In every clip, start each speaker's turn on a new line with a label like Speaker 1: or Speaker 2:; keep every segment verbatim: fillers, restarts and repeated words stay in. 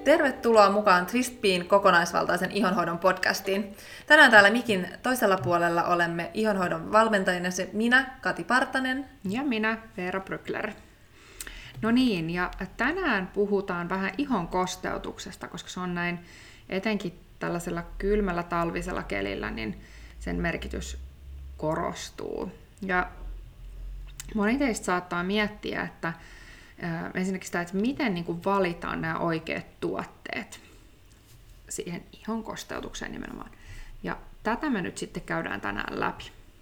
Speaker 1: tervetuloa mukaan Twistbeen kokonaisvaltaisen ihonhoidon podcastiin. Tänään täällä mikin toisella puolella olemme ihonhoidon valmentajina se minä, Kati Partanen.
Speaker 2: Ja minä, Veera Brückler. No niin, ja tänään puhutaan vähän ihon kosteutuksesta, koska se on näin etenkin tällaisella kylmällä talvisella kelillä, niin sen merkitys korostuu. Ja moni teistä saattaa miettiä, että äh, ensinnäkin sitä, että miten niin kuin valitaan nämä oikeat tuotteet siihen ihon kosteutukseen nimenomaan. Ja tätä me nyt sitten käydään tänään läpi.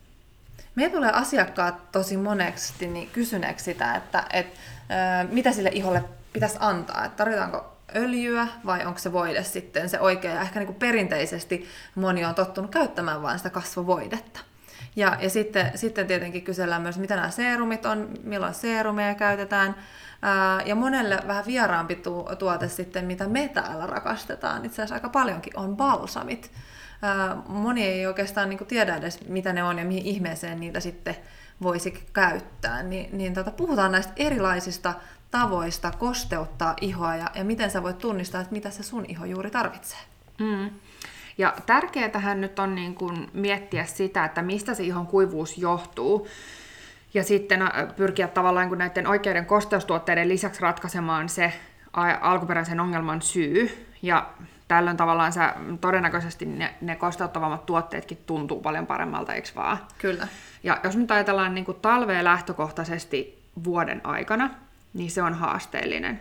Speaker 1: Meillä tulee asiakkaat tosi monesti niin kysyneeksi sitä, että et, äh, mitä sille iholle pitäisi antaa. Että tarvitaanko öljyä vai onko se voide sitten se oikea. Ja ehkä niin kuin perinteisesti moni on tottunut käyttämään vain sitä kasvovoidetta. Ja, ja sitten, sitten tietenkin kysellään myös, mitä nämä seerumit on, milloin seerumeja käytetään. Ää, ja monelle vähän vieraampi tu- tuote sitten, mitä me täällä rakastetaan, itse asiassa aika paljonkin, on balsamit. Ää, moni ei oikeastaan niin kuin tiedä edes, mitä ne on ja mihin ihmeeseen niitä sitten voisi käyttää. Ni, niin tota, puhutaan näistä erilaisista tavoista kosteuttaa ihoa ja, ja miten sä voit tunnistaa, että mitä se sun iho juuri tarvitsee.
Speaker 2: Mm. Ja tärkeätähän nyt on niin kuin miettiä sitä, että mistä se ihon kuivuus johtuu. Ja sitten pyrkiä tavallaan niin näiden oikeiden kosteustuotteiden lisäksi ratkaisemaan se alkuperäisen ongelman syy. Ja tällöin tavallaan sä, todennäköisesti ne, ne kosteuttavammat tuotteetkin tuntuu paljon paremmalta, eikö vaan?
Speaker 1: Kyllä.
Speaker 2: Ja jos nyt ajatellaan niin kuin talvea lähtökohtaisesti vuoden aikana, niin se on haasteellinen.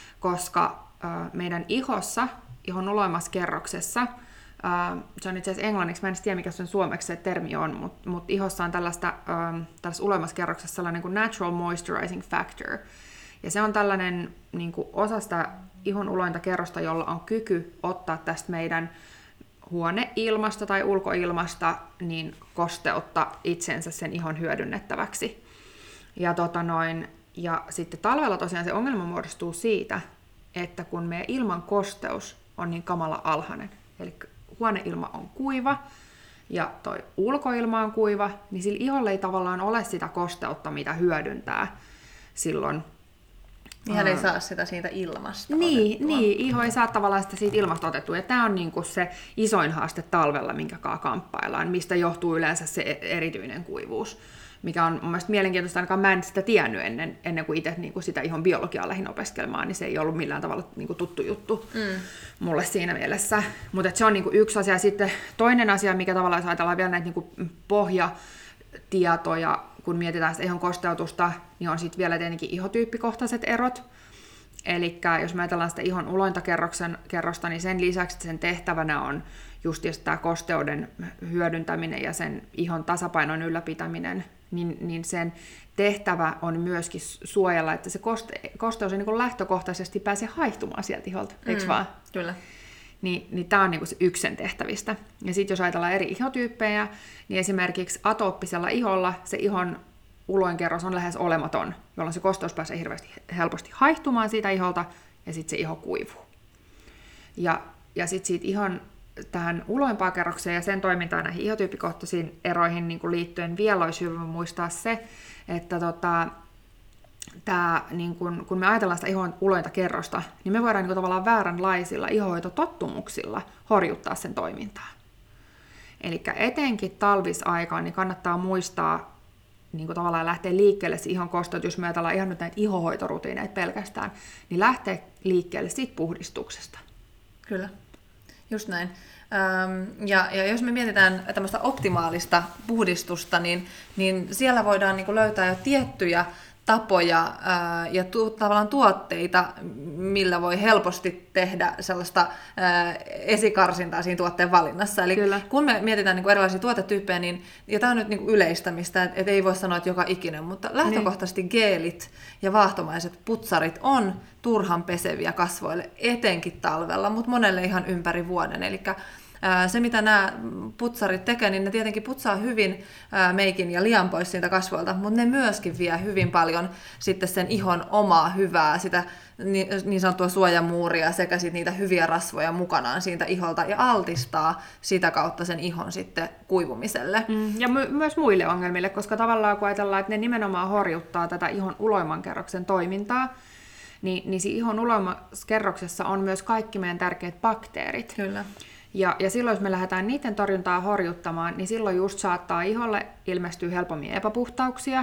Speaker 2: Koska äh, meidän ihossa, ihon uloimmassa kerroksessa, Uh, se on itse asiassa englanniksi, mä en tiedä mikä sen suomeksi se termi on, mutta mut ihossa on tällaista, um, tällaista uloimmassa kerroksessa sellainen kuin natural moisturizing factor. Ja se on tällainen niin kuin osa sitä ihon ulointa kerrosta, jolla on kyky ottaa tästä meidän huoneilmasta tai ulkoilmasta niin kosteutta itsensä sen ihon hyödynnettäväksi. Ja, tota noin, ja sitten talvella tosiaan se ongelma muodostuu siitä, että kun meidän ilman kosteus on niin kamala alhainen, eli huoneilma on kuiva ja toi ulkoilma on kuiva, niin sillä iholla ei tavallaan ole sitä kosteutta, mitä hyödyntää silloin.
Speaker 1: Niin hän ei saa sitä siitä ilmasta
Speaker 2: Niin,
Speaker 1: otettua.
Speaker 2: niin, iho ei saa tavallaan sitä siitä ilmasta otettua. Ja tämä on niinku se isoin haaste talvella, minkä kanssa kamppaillaan, mistä johtuu yleensä se erityinen kuivuus. Mikä on mun mielestä mielenkiintoista, ainakaan mä en sitä tiennyt ennen, ennen kuin itse niin kuin sitä ihon biologiaa lähdin opiskelemaan, niin se ei ollut millään tavalla niin kuin tuttu juttu mm. mulle siinä mielessä. Mutta se on niin kuin yksi asia. Sitten toinen asia, mikä tavallaan, jos ajatellaan vielä näitä niin kuin pohjatietoja, kun mietitään sitä ihon kosteutusta, niin on sitten vielä tietenkin ihotyyppikohtaiset erot. Eli jos me ajatellaan sitä ihon ulointa kerrosta, niin sen lisäksi sen tehtävänä on just tämä kosteuden hyödyntäminen ja sen ihon tasapainon ylläpitäminen, niin, niin sen tehtävä on myöskin suojella, että se koste, kosteus ei niin lähtökohtaisesti pääse haihtumaan sieltä iholta, eikö mm, vaan?
Speaker 1: Kyllä.
Speaker 2: Niin, niin tämä on niin se yksi sen tehtävistä. Ja sitten jos ajatellaan eri ihotyyppejä, niin esimerkiksi atooppisella iholla se ihon uloinkerros on lähes olematon, jolloin se kosteus pääsee hirveästi helposti haihtumaan siitä iholta, ja sitten se iho kuivuu. Ja, ja sitten siitä ihon tähän uloimpaan kerrokseen ja sen toimintaan näihin ihotyyppikohtaisiin eroihin niin kuin liittyen vielä olisi hyvä muistaa se, että tota, tää, niin kun, kun me ajatellaan sitä ihon ulointa kerrosta, niin me voidaan niin kuin tavallaan vääränlaisilla ihohoitotottumuksilla horjuttaa sen toimintaa. Eli etenkin talvisaikaan niin kannattaa muistaa niin kuin tavallaan lähteä liikkeelle se ihon kosteut, jos me ajatellaan ihan nyt näitä ihohoitorutiineita pelkästään, niin lähtee liikkeelle siitä puhdistuksesta.
Speaker 1: Kyllä. Just näin. Ja, ja jos me mietitään tämmöistä optimaalista puhdistusta, niin, niin siellä voidaan niin kuin löytää jo tiettyjä tapoja ää, ja tu, tavallaan tuotteita, millä voi helposti tehdä sellaista ää, esikarsintaa siinä tuotteen valinnassa. Eli Kyllä. kun me mietitään niin kuin erilaisia tuotetyyppejä, niin, ja tämä on nyt niin kuin yleistämistä, että et ei voi sanoa, että joka ikinen, mutta lähtökohtaisesti niin. geelit ja vaahtomaiset putsarit on turhan peseviä kasvoille, etenkin talvella, mutta monelle ihan ympäri vuoden. Eli se, mitä nämä putsarit tekee, niin ne tietenkin putsaa hyvin meikin ja lian pois siitä kasvoilta, mutta ne myöskin vie hyvin paljon sitten sen ihon omaa hyvää, sitä niin sanottua suojamuuria sekä sit niitä hyviä rasvoja mukanaan siitä iholta ja altistaa sitä kautta sen ihon sitten kuivumiselle.
Speaker 2: Mm, ja my- myös muille ongelmille, koska tavallaan kun ajatellaan, että ne nimenomaan horjuttaa tätä ihon uloimman kerroksen toimintaa, niin, niin siinä ihon ulomaskerroksessa on myös kaikki meidän tärkeät bakteerit.
Speaker 1: Kyllä.
Speaker 2: Ja, ja silloin, jos me lähdetään niiden torjuntaa horjuttamaan, niin silloin just saattaa iholle ilmestyä helpommin epäpuhtauksia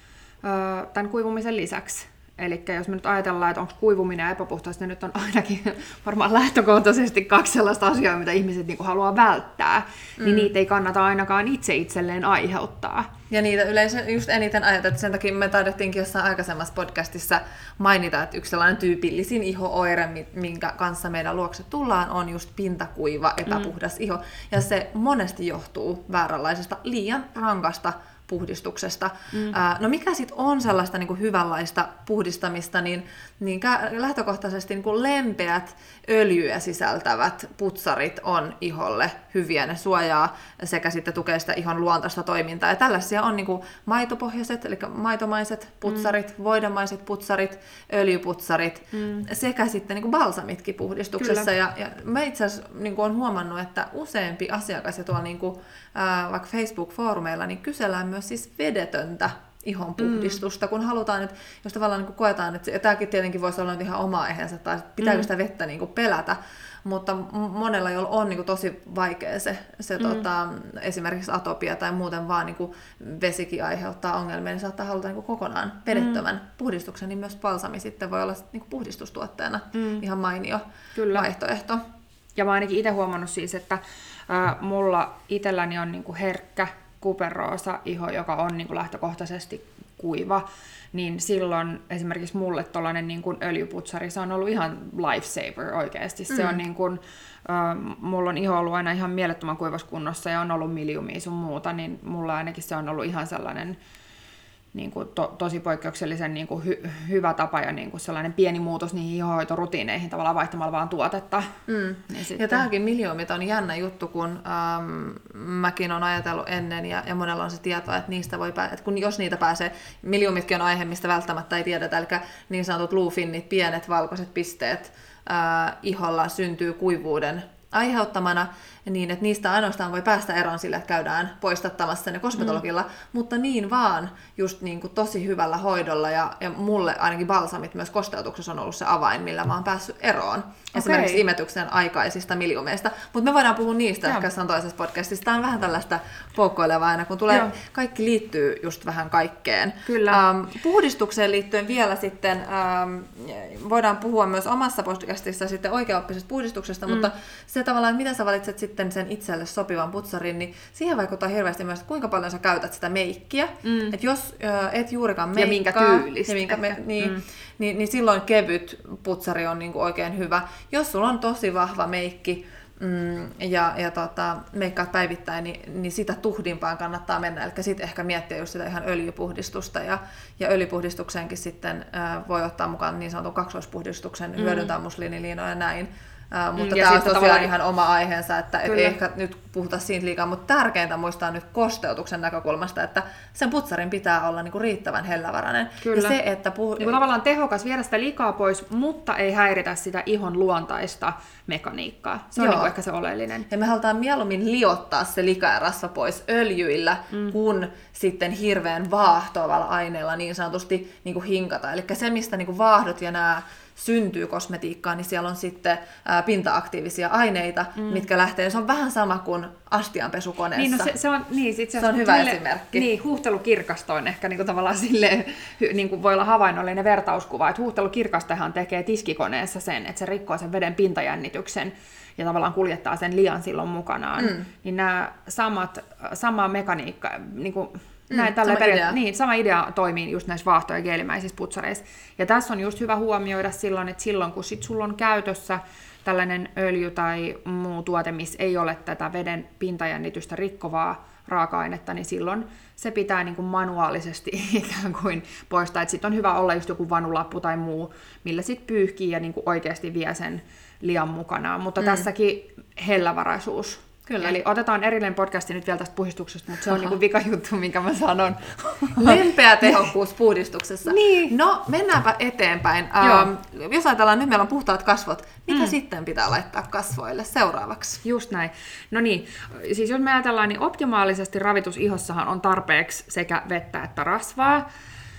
Speaker 2: öö, tämän kuivumisen lisäksi. Eli jos me nyt ajatellaan, että onko kuivuminen ja epäpuhtaus, niin nyt on ainakin varmaan lähtökohtaisesti kaksi sellaista asiaa, mitä ihmiset niinku haluaa välttää, mm. niin niitä ei kannata ainakaan itse itselleen aiheuttaa.
Speaker 1: Ja niitä yleensä just eniten ajatellaan, sen takia me taidettiinkin jossain aikaisemmassa podcastissa mainita, että yksi sellainen tyypillisin iho-oire, minkä kanssa meidän luokse tullaan, on just pintakuiva, epäpuhdas mm. iho. Ja se monesti johtuu vääränlaisesta, liian rankasta puhdistuksesta. Mm. Ää, no mikä sitten on sellaista niin kuin hyvänlaista puhdistamista, niin, niin lähtökohtaisesti niin kuin lempeät öljyä sisältävät putsarit on iholle hyviä, ne suojaa sekä sitten tukee sitä ihon luontaista toimintaa. Ja tällaisia on niin kuin maitopohjaiset, eli maitomaiset putsarit, mm. voidamaiset putsarit, öljyputsarit mm. sekä sitten niin kuin balsamitkin puhdistuksessa. Ja, ja mä itse asiassa niin kuin olen huomannut, että useampi asiakas ja tuolla niin kuin, ää, vaikka Facebook-foorumeilla niin kysellään myös siis vedetöntä ihon puhdistusta, mm. kun halutaan, että jos tavallaan niin kuin koetaan, että ja tämäkin tietenkin voisi olla ihan oma aiheensa, tai pitääkö mm. sitä vettä niin kuin pelätä, mutta monella, jolla on niin kuin tosi vaikea se, se mm. tota, esimerkiksi atopia tai muuten vaan niin kuin vesikin aiheuttaa ongelmia, niin saattaa haluta niin kuin kokonaan vedettömän mm. puhdistuksen, niin myös balsami sitten voi olla niin kuin puhdistustuotteena mm. ihan mainio Kyllä. vaihtoehto.
Speaker 2: Ja mä ainakin itse huomannut siis, että äh, mulla itselläni on niin kuin herkkä kuperoosa iho, joka on niin kuin lähtökohtaisesti kuiva, niin silloin esimerkiksi mulle tollainen niin kuin öljyputsari, se on ollut ihan lifesaver oikeasti. Mm. Se on niin kuin, äh, mulla on iho ollut aina ihan mielettömän kuivassa kunnossa ja on ollut miliumia sun muuta, niin mulla ainakin se on ollut ihan sellainen niin kuin to, tosi poikkeuksellisen niin kuin hy, hyvä tapa ja niin kuin sellainen pieni muutos niihin ihohoitorutiineihin tavallaan vaihtamalla vaan tuotetta.
Speaker 1: Mm. Niin sitten... Ja tämäkin miljoomit on jännä juttu, kun ähm, mäkin olen ajatellut ennen ja, ja monella on se tieto, että niistä voi pää- että kun jos niitä pääsee, miljoomitkin on aihe, mistä välttämättä ei tiedetä, eli niin sanotut luufinnit, pienet valkoiset pisteet äh, iholla syntyy kuivuuden aiheuttamana, niin että niistä ainoastaan voi päästä eroon sillä, että käydään poistattamassa ne kosmetologilla, mm. mutta niin vaan just niin kuin tosi hyvällä hoidolla ja, ja mulle ainakin balsamit myös kosteutuksessa on ollut se avain, millä mä oon päässyt eroon. Okay. Esimerkiksi imetyksen aikaisista miljumeista, mutta me voidaan puhua niistä ehkä jossain toisessa podcastissa. Tämä on vähän tällaista poukkoilevaa aina, kun tulee, Joo. kaikki liittyy just vähän kaikkeen.
Speaker 2: Kyllä.
Speaker 1: Ähm, puhdistukseen liittyen vielä sitten, ähm, voidaan puhua myös omassa podcastissa sitten oikeaoppisesta puhdistuksesta, mm. mutta se tavallaan, että mitä sä valitset sitten sen itselle sopivan putsarin, niin siihen vaikuttaa hirveästi myös, että kuinka paljon sä käytät sitä meikkiä. Mm. Että jos äh, et juurikaan meikkaa,
Speaker 2: ja minkä tyylistä.
Speaker 1: Ja minkä me, niin, mm. niin, niin silloin kevyt putsari on niinku oikein hyvä. Jos sulla on tosi vahva meikki mm, ja, ja tota, meikkaat päivittäin, niin, niin sitä tuhdimpaan kannattaa mennä. Eli sitten ehkä miettiä just sitä ihan öljypuhdistusta. Ja, ja öljypuhdistukseenkin sitten äh, voi ottaa mukaan niin sanotun kaksoispuhdistuksen, mm. hyödyntää musliiniliinoja ja näin. Uh, mutta ja tämä on tosiaan tavallaan ihan oma aiheensa, että et ei ehkä nyt puhuta siitä liikaa, mutta tärkeintä muistaa nyt kosteutuksen näkökulmasta, että sen putsarin pitää olla niinku riittävän hellävarainen.
Speaker 2: Kyllä.
Speaker 1: Ja se, että puh...
Speaker 2: niin tavallaan tehokas viedä sitä likaa pois, mutta ei häiritä sitä ihon luontaista mekaniikkaa. Se on niinku ehkä se oleellinen.
Speaker 1: Ja me halutaan mieluummin liottaa se lika ja rasva pois öljyillä, mm. kun sitten hirveän vaahtoavalla aineella niin sanotusti niinku hinkata. Eli se, mistä niinku vaahdot ja nämä syntyy kosmetiikkaan, niin siellä on sitten ää, pinta-aktiivisia aineita, mm. mitkä lähtee. Se on vähän sama kuin astianpesukoneessa.
Speaker 2: Niin, no se, se, on, niin, sit se,
Speaker 1: se on hyvä
Speaker 2: sille,
Speaker 1: esimerkki.
Speaker 2: Niin, huuhtelukirkasto on ehkä niin kuin tavallaan silleen, niin kuin voi olla havainnollinen vertauskuva, että huuhtelukirkastohan tekee tiskikoneessa sen, että se rikkoo sen veden pintajännityksen ja tavallaan kuljettaa sen lian silloin mukanaan. Mm. Niin nämä samat, sama mekaniikka, niin kuin Näin, mm, sama, peria- idea. Niin, sama idea toimii just näissä vaahto- ja geelimäisissä putsareissa. Ja tässä on just hyvä huomioida silloin, että silloin kun sit sulla on käytössä tällainen öljy tai muu tuote, missä ei ole tätä veden pintajännitystä rikkovaa raaka-ainetta, niin silloin se pitää niin kuin manuaalisesti ikään kuin poistaa. Sitten on hyvä olla just joku vanulappu tai muu, millä sitten pyyhkii ja niin kuin oikeasti vie sen lian mukanaan. Mutta mm. tässäkin hellävaraisuus. Kyllä. Eli otetaan erillinen podcasti nyt vielä tästä puhdistuksesta, mutta se on niinku vika juttu, minkä mä sanon.
Speaker 1: Lempeä tehokkuus puhdistuksessa.
Speaker 2: Niin.
Speaker 1: No, mennäänpä eteenpäin. Ähm, jos ajatellaan, nyt meillä on puhtaat kasvot, mitä mm. sitten pitää laittaa kasvoille seuraavaksi?
Speaker 2: Just näin. No niin, siis jos me ajatellaan, niin optimaalisesti ravitus ihossahan on tarpeeksi sekä vettä että rasvaa.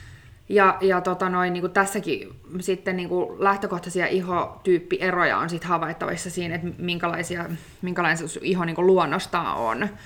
Speaker 2: Ja, ja tota noin, niin kuin tässäkin sitten niin kuin lähtökohtaisia ihotyyppieroja on sit havaittavissa siinä, että minkälaisia, minkälainen se iho niin kuin luonnostaan on. Ö,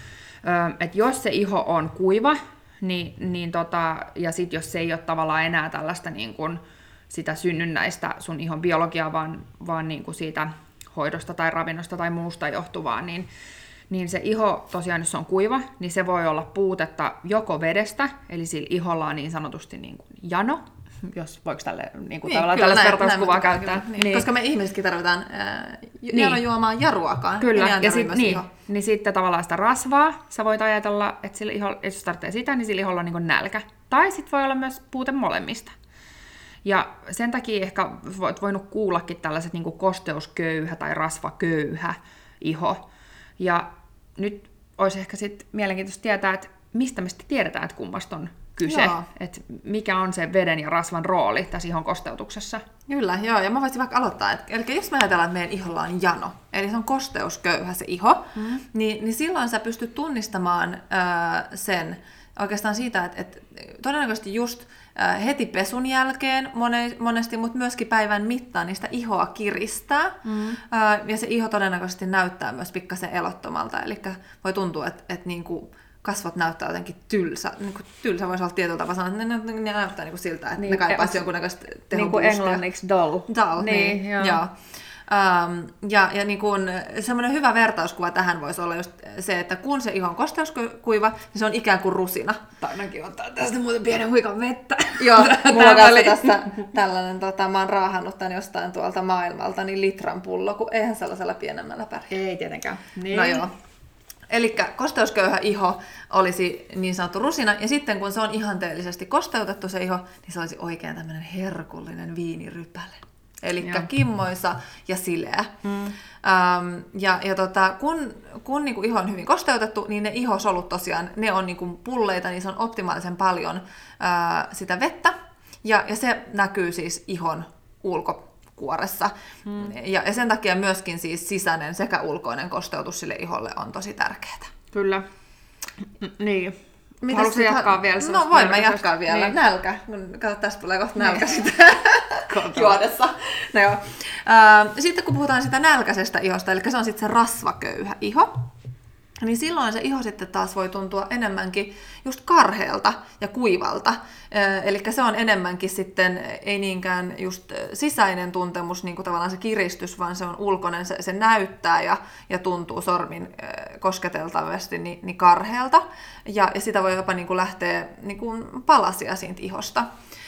Speaker 2: et jos se iho on kuiva, niin, niin tota, ja sitten jos se ei ole tavallaan enää tällaista niin kuin sitä synnynnäistä sun ihon biologiaa, vaan, vaan niin kuin siitä hoidosta tai ravinnosta tai muusta johtuvaa, niin niin se iho tosiaan, jos se on kuiva, niin se voi olla puutetta joko vedestä, eli sillä iholla on niin sanotusti niin kuin jano, jos voiko tälle, niin kuin niin, tavallaan tällaista vertauskuvaa käyttää.
Speaker 1: Niin. Niin. Koska me ihmisetkin tarvitaan ää, niin. janojuomaa ja ruokaa.
Speaker 2: Kyllä, ja, ja sit, niin, niin sitten tavallaan sitä rasvaa, sä voit ajatella, että sillä iholla, jos tarvitsee sitä, niin sillä iholla on niin kuin nälkä. Tai sitten voi olla myös puute molemmista. Ja sen takia ehkä voit voinut kuullakin tällaiset niin kuin kosteusköyhä tai rasvaköyhä iho. Ja nyt olisi ehkä sitten mielenkiintoista tietää, että mistä me sitten tiedetään, että kummasta on kyse. Että mikä on se veden ja rasvan rooli tässä ihon kosteutuksessa.
Speaker 1: Kyllä, joo. Ja mä voisin vaikka aloittaa. Että, eli jos me ajatellaan, että meidän iholla on jano, eli se on kosteusköyhä se iho, mm. niin, niin silloin sä pystyt tunnistamaan äh, sen oikeastaan siitä, että, että todennäköisesti just heti pesun jälkeen monesti, mutta myöskin päivän mittaan niistä ihoa kiristää. Mm. Ja se iho todennäköisesti näyttää myös pikkasen elottomalta. Eli voi tuntua, että, että niin kuin kasvot näyttää jotenkin tylsä. Niin kuin tylsä voisi olla tietyllä tapaa sanoa, että ne, ne, ne näyttää niin kuin siltä, että niin, ne kaipaisi jonkunnäköistä tehoboostia.
Speaker 2: Niin kuin englanniksi dull.
Speaker 1: Dull, niin, niin joo. joo. Um, ja ja niin kun, semmoinen hyvä vertauskuva tähän voisi olla just se, että kun se iho on kosteuskuiva, niin se on ikään kuin rusina.
Speaker 2: Tainakin ottaa tästä muuten pienen huikan vettä.
Speaker 1: Joo, mulla on kanssa tässä tällainen, tota, mä oon raahannut tän jostain tuolta maailmalta, niin litran pullo, kun eihän sellaisella pienemmällä pärjää.
Speaker 2: Ei tietenkään. Niin.
Speaker 1: No joo. Elikkä kosteusköyhä iho olisi niin sanottu rusina, ja sitten kun se on ihanteellisesti kosteutettu se iho, niin se olisi oikein tämmöinen herkullinen viinirypäle. Eli kimmoisa ja sileä. Mm. Ähm, ja ja tota, kun, kun niinku iho on hyvin kosteutettu, niin ne ihosolut tosiaan, ne on niinku pulleita, niin se on optimaalisen paljon ää, sitä vettä. Ja, ja se näkyy siis ihon ulkokuoressa. Mm. Ja, ja sen takia myöskin siis sisäinen sekä ulkoinen kosteutus sille iholle on tosi tärkeää.
Speaker 2: Kyllä. Niin. Haluatko sit... jatkaa vielä?
Speaker 1: No voin mä jatkaa vielä. Niin. Nälkä. Kato, tästä tulee kohta nälkä sitten juodessa. No joo. Sitten kun puhutaan sitä nälkäisestä ihosta, eli se on sitten se rasvaköyhä iho, niin silloin se iho sitten taas voi tuntua enemmänkin just karheelta ja kuivalta. Eli se on enemmänkin sitten, ei niinkään just sisäinen tuntemus, niin kuin tavallaan se kiristys, vaan se on ulkoinen, se, se näyttää ja, ja tuntuu sormin kosketeltavasti niin, niin karheelta. Ja, ja sitä voi jopa niin kuin lähteä niin kuin palasia siitä ihosta.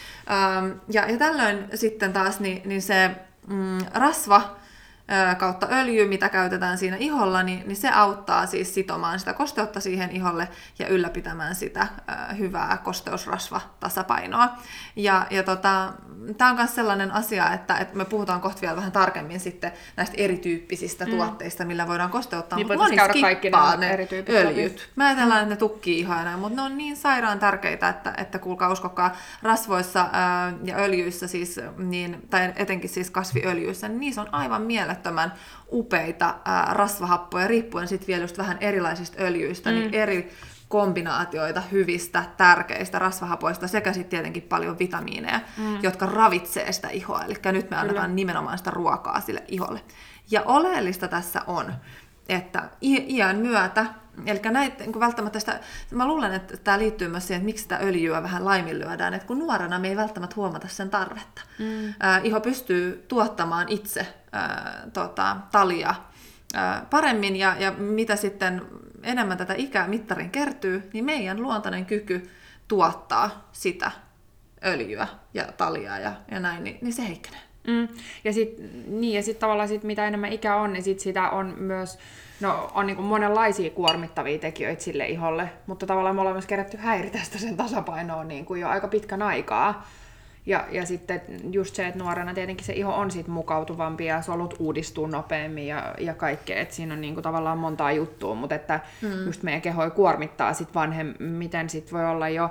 Speaker 1: Ja, ja tällöin sitten taas niin, niin se mm, rasva, kautta öljy, mitä käytetään siinä iholla, niin, niin se auttaa siis sitomaan sitä kosteutta siihen iholle ja ylläpitämään sitä äh, hyvää kosteusrasvatasapainoa. Ja, ja tota, tämä on myös sellainen asia, että, että me puhutaan kohta vielä vähän tarkemmin sitten näistä erityyppisistä mm. tuotteista, millä voidaan kosteuttaa,
Speaker 2: niin,
Speaker 1: mutta moni skippaa ne öljyt.
Speaker 2: Läpi.
Speaker 1: Mä ajatellaan, mm. että ne tukkii ihoa ja näin, mutta ne on niin sairaan tärkeitä, että, että kuulkaa uskokaa, rasvoissa äh, ja öljyissä siis, niin, tai etenkin siis kasviöljyissä, niin niissä on aivan mielettömän upeita ää, rasvahappoja, riippuen sitten vielä just vähän erilaisista öljyistä, mm. niin eri kombinaatioita hyvistä, tärkeistä rasvahapoista sekä sitten tietenkin paljon vitamiineja, mm. jotka ravitsee sitä ihoa. Eli nyt me annetaan Kyllä. nimenomaan sitä ruokaa sille iholle. Ja oleellista tässä on, että iän myötä, eli näitä, niin välttämättä sitä, mä luulen, että tämä liittyy myös siihen, että miksi sitä öljyä vähän laiminlyödään, että kun nuorena me ei välttämättä huomata sen tarvetta. Mm. Ää, iho pystyy tuottamaan itse ää, tota, talia ää, paremmin, ja, ja mitä sitten enemmän tätä ikää mittarin kertyy, niin meidän luontainen kyky tuottaa sitä öljyä ja talia ja, ja näin, niin, niin se heikkenee.
Speaker 2: Mm. Ja sitten niin, sit tavallaan sit, mitä enemmän ikä on, niin sit sitä on myös no, on niinku monenlaisia kuormittavia tekijöitä sille iholle, mutta tavallaan me ollaan myös kerätty häiritä sitä sen tasapainoa niin kuin jo aika pitkän aikaa. Ja, ja sitten just se, että nuorena tietenkin se iho on sit mukautuvampi ja solut uudistuu nopeammin ja, ja kaikkea, että siinä on niinku tavallaan montaa juttua, mutta että mm. just meidän kehoja kuormittaa sit vanhemmiten, sit voi olla jo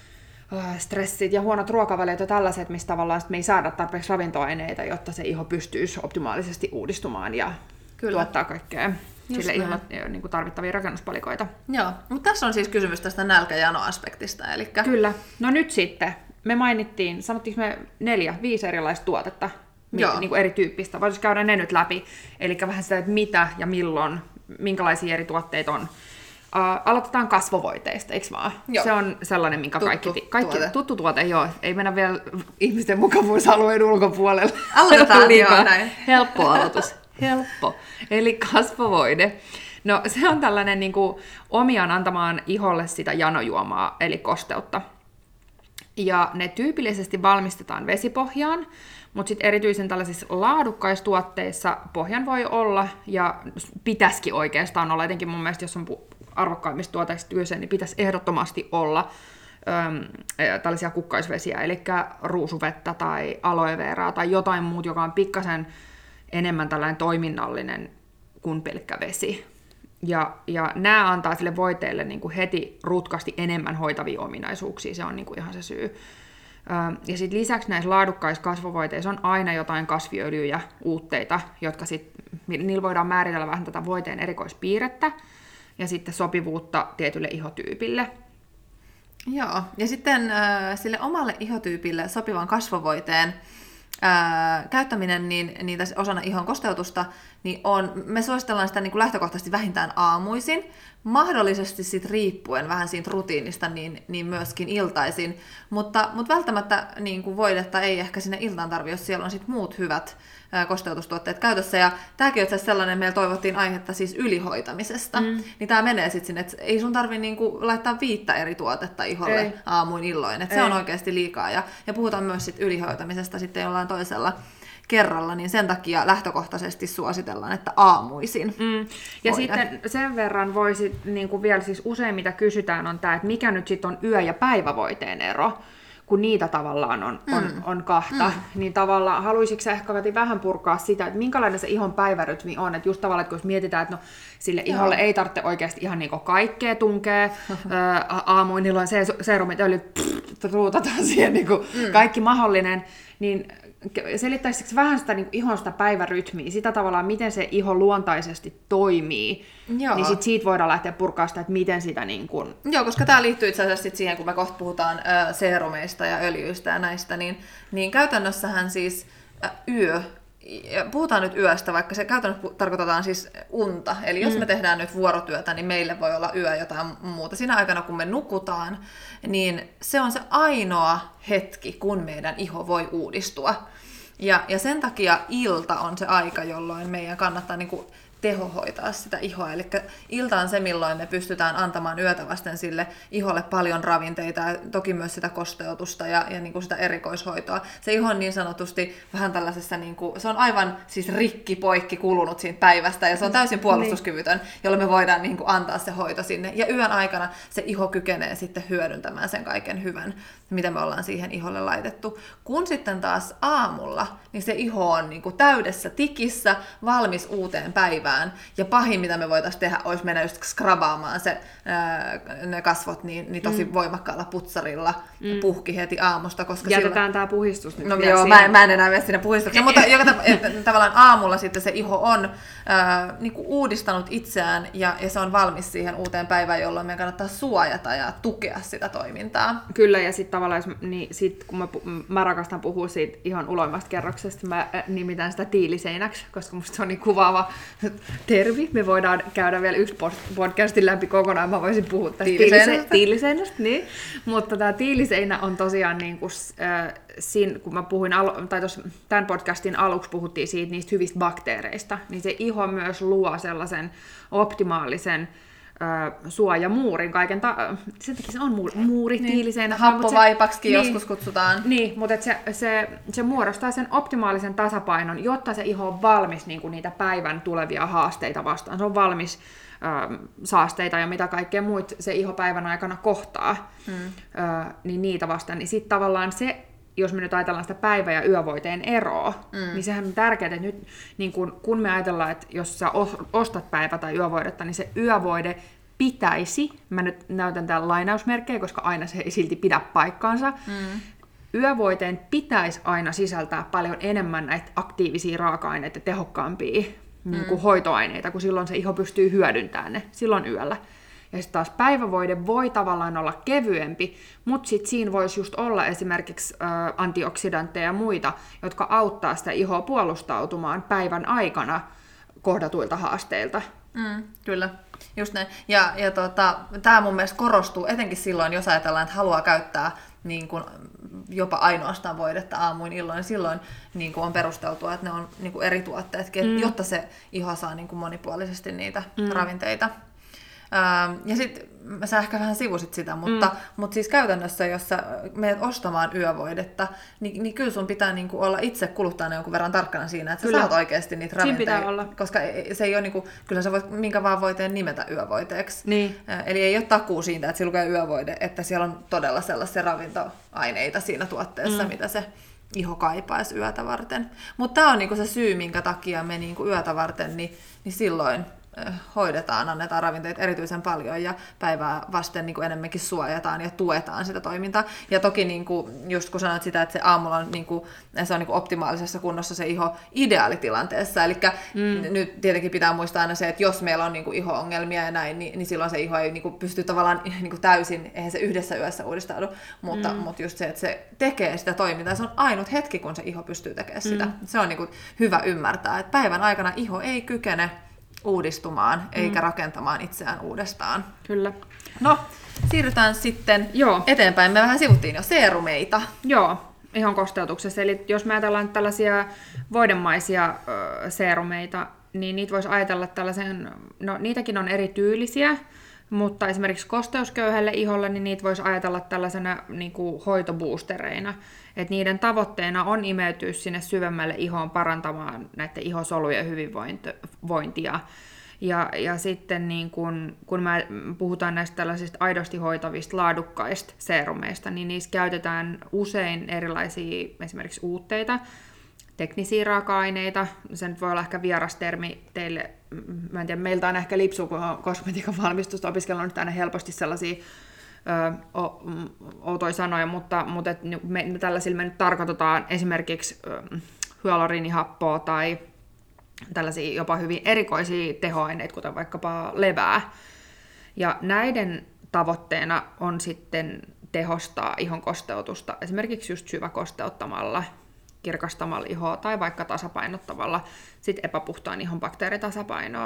Speaker 2: stressit ja huonot ruokavälit ja tällaiset, mistä tavallaan me ei saada tarpeeksi ravintoaineita, jotta se iho pystyisi optimaalisesti uudistumaan ja Kyllä. tuottaa kaikkea sille iholle niin kuin tarvittavia rakennuspalikoita.
Speaker 1: Joo, mutta tässä on siis kysymys tästä nälkäjano-aspektista. Elikkä...
Speaker 2: Kyllä. No nyt sitten, me mainittiin, sanottiinko me neljä, viisi erilaista tuotetta,
Speaker 1: Joo.
Speaker 2: niin kuin erityyppistä. Voitaisiin käydä ne nyt läpi, eli vähän sitä, että mitä ja milloin, minkälaisia eri tuotteita on. Uh, aloitetaan kasvovoiteista, eikö vaan?
Speaker 1: Joo.
Speaker 2: Se on sellainen, minkä
Speaker 1: tuttu
Speaker 2: kaikki... kaikki
Speaker 1: tuote.
Speaker 2: Tuttu tuote, joo. Ei mennä vielä ihmisten mukavuusalueen ulkopuolelle.
Speaker 1: Aloitetaan, joo, näin.
Speaker 2: Helppo aloitus. Helppo. Eli kasvovoide. No se on tällainen niin kuin, omiaan antamaan iholle sitä janojuomaa, eli kosteutta. Ja ne tyypillisesti valmistetaan vesipohjaan, mutta sitten erityisen tällaisissa laadukkaissa tuotteissa pohjan voi olla, ja pitäisikin oikeastaan olla, etenkin mun mielestä, jos on arvokkaimmista tuotteista kyse, niin pitäisi ehdottomasti olla äm, tällaisia kukkaisvesiä, eli ruusuvettä tai aloe veraa tai jotain muuta, joka on pikkasen enemmän tällainen toiminnallinen kuin pelkkä vesi. Ja, ja nämä antaa sille voiteelle niin kuin heti rutkasti enemmän hoitavia ominaisuuksia, se on niin kuin ihan se syy. Ja sitten lisäksi näissä laadukkaissa kasvovoiteissa on aina jotain kasviöljyjä, uutteita, jotka sitten, niillä voidaan määritellä vähän tätä voiteen erikoispiirrettä ja sitten sopivuutta tietylle ihotyypille.
Speaker 1: Joo, ja sitten äh, sille omalle ihotyypille sopivan kasvovoiteen Ää, käyttäminen niin, niin tässä osana ihon kosteutusta, niin on, me suositellaan sitä niin kuin lähtökohtaisesti vähintään aamuisin, mahdollisesti sit riippuen vähän siitä rutiinista, niin, niin myöskin iltaisin, mutta, mutta välttämättä niin kuin voidetta ei ehkä sinne iltaan tarvitse, jos siellä on sit muut hyvät ää, kosteutustuotteet käytössä, ja tämäkin on itse asiassa sellainen, meillä toivottiin aihetta siis ylihoitamisesta, mm. niin tämä menee sitten sinne, että ei sun tarvitse niin kuin laittaa viittä eri tuotetta iholle ei. aamuin illoin, että se on oikeasti liikaa, ja, ja puhutaan myös sit ylihoitamisesta sitten jollain toisella kerralla, niin sen takia lähtökohtaisesti suositellaan, että aamuisin.
Speaker 2: Mm. Ja voidaan. Sitten sen verran voisi, niin kuin vielä siis usein mitä kysytään on tämä, että mikä nyt sitten on yö- ja päivävoiteen ero, kun niitä tavallaan on, mm. on, on kahta, mm. niin tavallaan haluaisitko ehkä vähän purkaa sitä, että minkälainen se ihon päivärytmi on, että just tavallaan, että kun mietitään, että no, sille Joo. iholle ei tarvitse oikeasti ihan niin kuin kaikkea tunkea, aamuin niillä on serumit, öljyt, ruutataan siihen niin kuin mm. kaikki mahdollinen, niin selittäisikö vähän sitä niin ihon sitä päivärytmiä, sitä tavallaan, miten se iho luontaisesti toimii, Joo. niin sit siitä voidaan lähteä purkaa sitä, että miten sitä niin kuin...
Speaker 1: Joo, koska tämä liittyy itse asiassa sit siihen, kun me kohta puhutaan ö, seerumeista ja öljyistä ja näistä, niin, niin käytännössähän siis ö, yö, ja puhutaan nyt yöstä, vaikka se käytännössä tarkoitetaan siis unta, eli jos mm. me tehdään nyt vuorotyötä, niin meille voi olla yö jotain muuta. Siinä aikana, kun me nukutaan, niin se on se ainoa hetki, kun meidän iho voi uudistua. Ja, ja sen takia ilta on se aika, jolloin meidän kannattaa niin kuin tehohoitaa sitä ihoa. Eli ilta on se, milloin me pystytään antamaan yötä vasten sille iholle paljon ravinteita ja toki myös sitä kosteutusta ja, ja niin kuin sitä erikoishoitoa. Se iho on niin sanotusti vähän tällaisessa, niin kuin, se on aivan siis rikki poikki kulunut siitä päivästä ja se on täysin puolustuskyvytön, jolloin me voidaan niin kuin antaa se hoito sinne. Ja yön aikana se iho kykenee sitten hyödyntämään sen kaiken hyvän, mitä me ollaan siihen iholle laitettu. Kun sitten taas aamulla, niin se iho on niin kuin täydessä tikissä, valmis uuteen päivään. Ja pahin, mitä me voitaisiin tehdä, olisi mennä just skrabaamaan se, ää, ne kasvot niin, niin tosi mm. voimakkaalla putsarilla mm. puhki heti aamusta. Koska
Speaker 2: jätetään
Speaker 1: silloin...
Speaker 2: tämä puhistus nyt
Speaker 1: No joo, mä, mä en enää mene siinä puhistukseen, mutta joka tav- tavallaan aamulla sitten se iho on ää, niin kuin uudistanut itseään ja, ja se on valmis siihen uuteen päivään, jolloin meidän kannattaa suojata ja tukea sitä toimintaa.
Speaker 2: Kyllä, ja sitten tavallaan, niin sit, kun mä, mä rakastan puhua siitä ihon uloimmasta kerroksesta, mä nimitän sitä tiiliseinäksi, koska musta se on niin kuvaava termi. Me voidaan käydä vielä yksi podcastin läpi kokonaan, mä voisin puhua tästä tiiliseinästä. tiiliseinästä niin. Mutta tämä tiiliseinä on tosiaan, niin kuin, äh, siinä, kun mä puhuin, alo- tai tos, tämän podcastin aluksi puhuttiin siitä niistä hyvistä bakteereista, niin se iho myös luo sellaisen optimaalisen äh, suojamuurin kaiken, ta- sen takia se on muuri, muuri niin. tiiliseinä.
Speaker 1: Happovaipaksikin
Speaker 2: se,
Speaker 1: joskus
Speaker 2: niin,
Speaker 1: kutsutaan.
Speaker 2: Niin, mutta se, se, se muodostaa sen optimaalisen tasapainon, jotta se iho on valmis niin kuin niitä päivän tulevia haasteita vastaan. Se on valmis äh, saasteita ja mitä kaikkea muita se iho päivän aikana kohtaa, hmm. äh, niin niitä vastaan. Niin sitten tavallaan se, jos me nyt ajatellaan sitä päivä- ja yövoiteen eroa, mm. niin sehän on tärkeää, että nyt niin kun, kun me ajatellaan, että jos sä ostat päivä- tai yövoidetta, niin se yövoide pitäisi, mä nyt näytän täällä lainausmerkkejä, koska aina se ei silti pidä paikkaansa, mm. yövoiteen pitäisi aina sisältää paljon enemmän näitä aktiivisia raaka-aineita, tehokkaampia mm. niin kuin hoitoaineita, kun silloin se iho pystyy hyödyntämään ne silloin yöllä. Ja sitten taas päivävoide voi tavallaan olla kevyempi, mutta sitten siinä voisi just olla esimerkiksi ö, antioksidantteja ja muita, jotka auttaa sitä ihoa puolustautumaan päivän aikana kohdatuilta haasteilta.
Speaker 1: Mm, kyllä, just näin. Ja, ja tota, tämä mun mielestä korostuu etenkin silloin, jos ajatellaan, että haluaa käyttää niin kun, jopa ainoastaan voidetta aamuin illoin, niin silloin niin kun on perusteltua, että ne on niin kun eri tuotteet, mm. jotta se iho saa niin kun monipuolisesti niitä mm. ravinteita. Ähm, ja sitten sä ehkä vähän sivusit sitä, mutta, mm. mutta siis käytännössä, jos sä menet ostamaan yövoidetta, niin, niin kyllä sun pitää niinku olla itse kuluttajana jonkun verran tarkkana siinä, että sä saat oikeasti niitä ravinteita. Koska se ei ole niinku, kyllä sä voit minkä vaan voiteen nimetä yövoiteeksi.
Speaker 2: Niin.
Speaker 1: Eli ei ole takuu siitä, että sillä lukee yövoide, että siellä on todella sellaisia ravintoaineita siinä tuotteessa, mm. mitä se iho kaipaisi yötä varten. Mutta tämä on niinku se syy, minkä takia me niinku yötä varten, niin, niin silloin hoidetaan, annetaan ravinteita erityisen paljon ja päivää vasten niin kuin enemmänkin suojataan ja tuetaan sitä toimintaa. Ja toki niin kuin, just kun sanoit sitä, että se aamulla on, niin kuin, se on niin kuin optimaalisessa kunnossa se iho ideaalitilanteessa. Eli mm. nyt tietenkin pitää muistaa aina se, että jos meillä on niin kuin iho-ongelmia ja näin, niin, niin silloin se iho ei niin kuin pysty tavallaan niin kuin täysin, eihän se yhdessä yössä uudistaudu, mutta, mm. mutta just se, että se tekee sitä toimintaa. Se on ainut hetki, kun se iho pystyy tekemään sitä. Mm. Se on niin kuin hyvä ymmärtää, että päivän aikana iho ei kykene uudistumaan eikä mm. rakentamaan itseään uudestaan.
Speaker 2: Kyllä.
Speaker 1: No, siirrytään sitten
Speaker 2: Joo.
Speaker 1: eteenpäin. Me vähän sivuttiin jo seerumeita.
Speaker 2: Joo, ihon kosteutuksessa. Eli jos me ajatellaan tällaisia voidemaisia ö, seerumeita, niin niitä voisi ajatella tällaisen, no niitäkin on erityylisiä, mutta esimerkiksi kosteusköyhälle iholle, niin niitä voisi ajatella tällaisena niin kuin hoitoboostereina. Että niiden tavoitteena on imeytyä sinne syvemmälle ihoon parantamaan näiden ihosolujen hyvinvointia. Ja, ja sitten niin kun, kun me puhutaan näistä tällaisista aidosti hoitavista, laadukkaista seerumeista, niin niissä käytetään usein erilaisia esimerkiksi uutteita, teknisiä raaka-aineita. Se nyt voi olla ehkä vieras termi teille. Mä en tiedä, meiltä on ehkä lipsu, kun on kosmetiikan valmistusta opiskellut nyt aina helposti sellaisia ö, o, outoja sanoja, mutta, mutta et me, tällaisilla me nyt tarkoitetaan esimerkiksi ö, hyaluriinihappoa tai tällaisia jopa hyvin erikoisia tehoaineita, kuten vaikkapa levää. Ja näiden tavoitteena on sitten tehostaa ihon kosteutusta, esimerkiksi just syväkosteuttamalla, kirkastamalla ihoa tai vaikka tasapainottamalla sit epäpuhtaan ihon bakteeritasapainoa.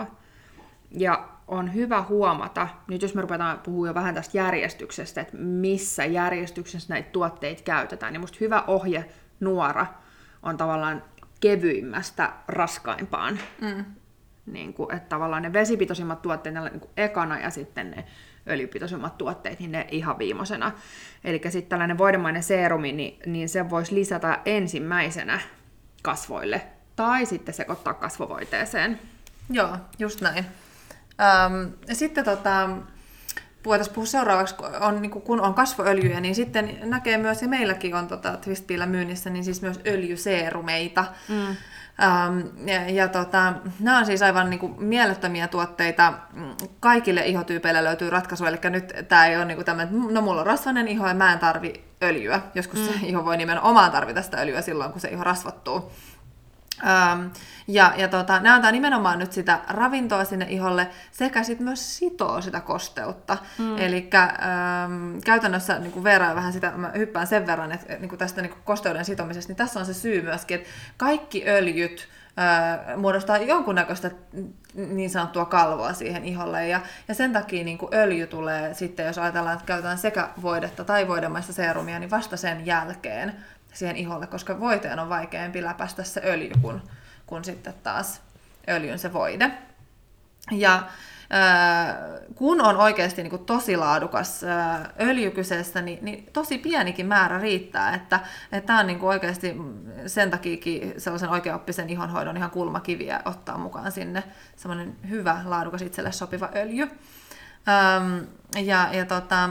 Speaker 2: Ja on hyvä huomata, nyt jos me ruvetaan puhua jo vähän tästä järjestyksestä, että missä järjestyksessä näitä tuotteita käytetään, niin musta hyvä ohje nuora on tavallaan kevyimmästä raskaimpaan. Mm. Niin kuin, että tavallaan ne vesipitoisimmat tuotteet ne niin kuin ekana ja sitten ne öljypitoisimmat tuotteet niin ne ihan viimeisena. Eli sitten tällainen voidemainen seerumi, niin, niin se voisi lisätä ensimmäisenä kasvoille tai sitten sekoittaa kasvovoiteeseen.
Speaker 1: Joo, just näin. Ähm, sitten tota, voitaisiin puhua seuraavaksi, on, niin kun on kasvoöljyjä, niin sitten näkee myös, ja meilläkin on tota, Twistbilla myynnissä, niin siis myös öljyseerumeita. Mm. Ähm, ja, ja tota, nämä on siis aivan niin kuin mielettömiä tuotteita. Kaikille ihotyypeille löytyy ratkaisu, eli nyt tämä ei ole niin kuin tämmöinen, että no mulla on rasvainen iho ja mä en tarvi öljyä. Joskus mm. se iho voi nimenomaan tarvita sitä öljyä silloin, kun se iho rasvattuu. Ähm, ja ja tota, nämä antaa nimenomaan nyt sitä ravintoa sinne iholle sekä sit myös sitoo sitä kosteutta. Mm. Eli ähm, käytännössä niin Veera vähän sitä, mä hyppään sen verran, että niin tästä niin kosteuden sitomisesta, niin tässä on se syy myöskin, että kaikki öljyt äh, muodostaa jonkunnäköistä niin sanottua kalvoa siihen iholle. Ja, ja sen takia niin öljy tulee sitten, jos ajatellaan, että käytetään sekä voidetta tai voidemaista seerumia, niin vasta sen jälkeen siihen iholle, koska voiteen on vaikeampi läpäistä se öljy kuin, kuin sitten taas öljyn se voide. Ja ää, kun on oikeasti niin kuin tosi laadukas ää, öljy kyseessä, niin, niin tosi pienikin määrä riittää, että tämä on niin kuin oikeasti sen takiakin sellaisen oikeaoppisen ihonhoidon ihan kulmakiviä ottaa mukaan sinne semmoinen hyvä, laadukas itselle sopiva öljy. Ähm, ja, ja tota,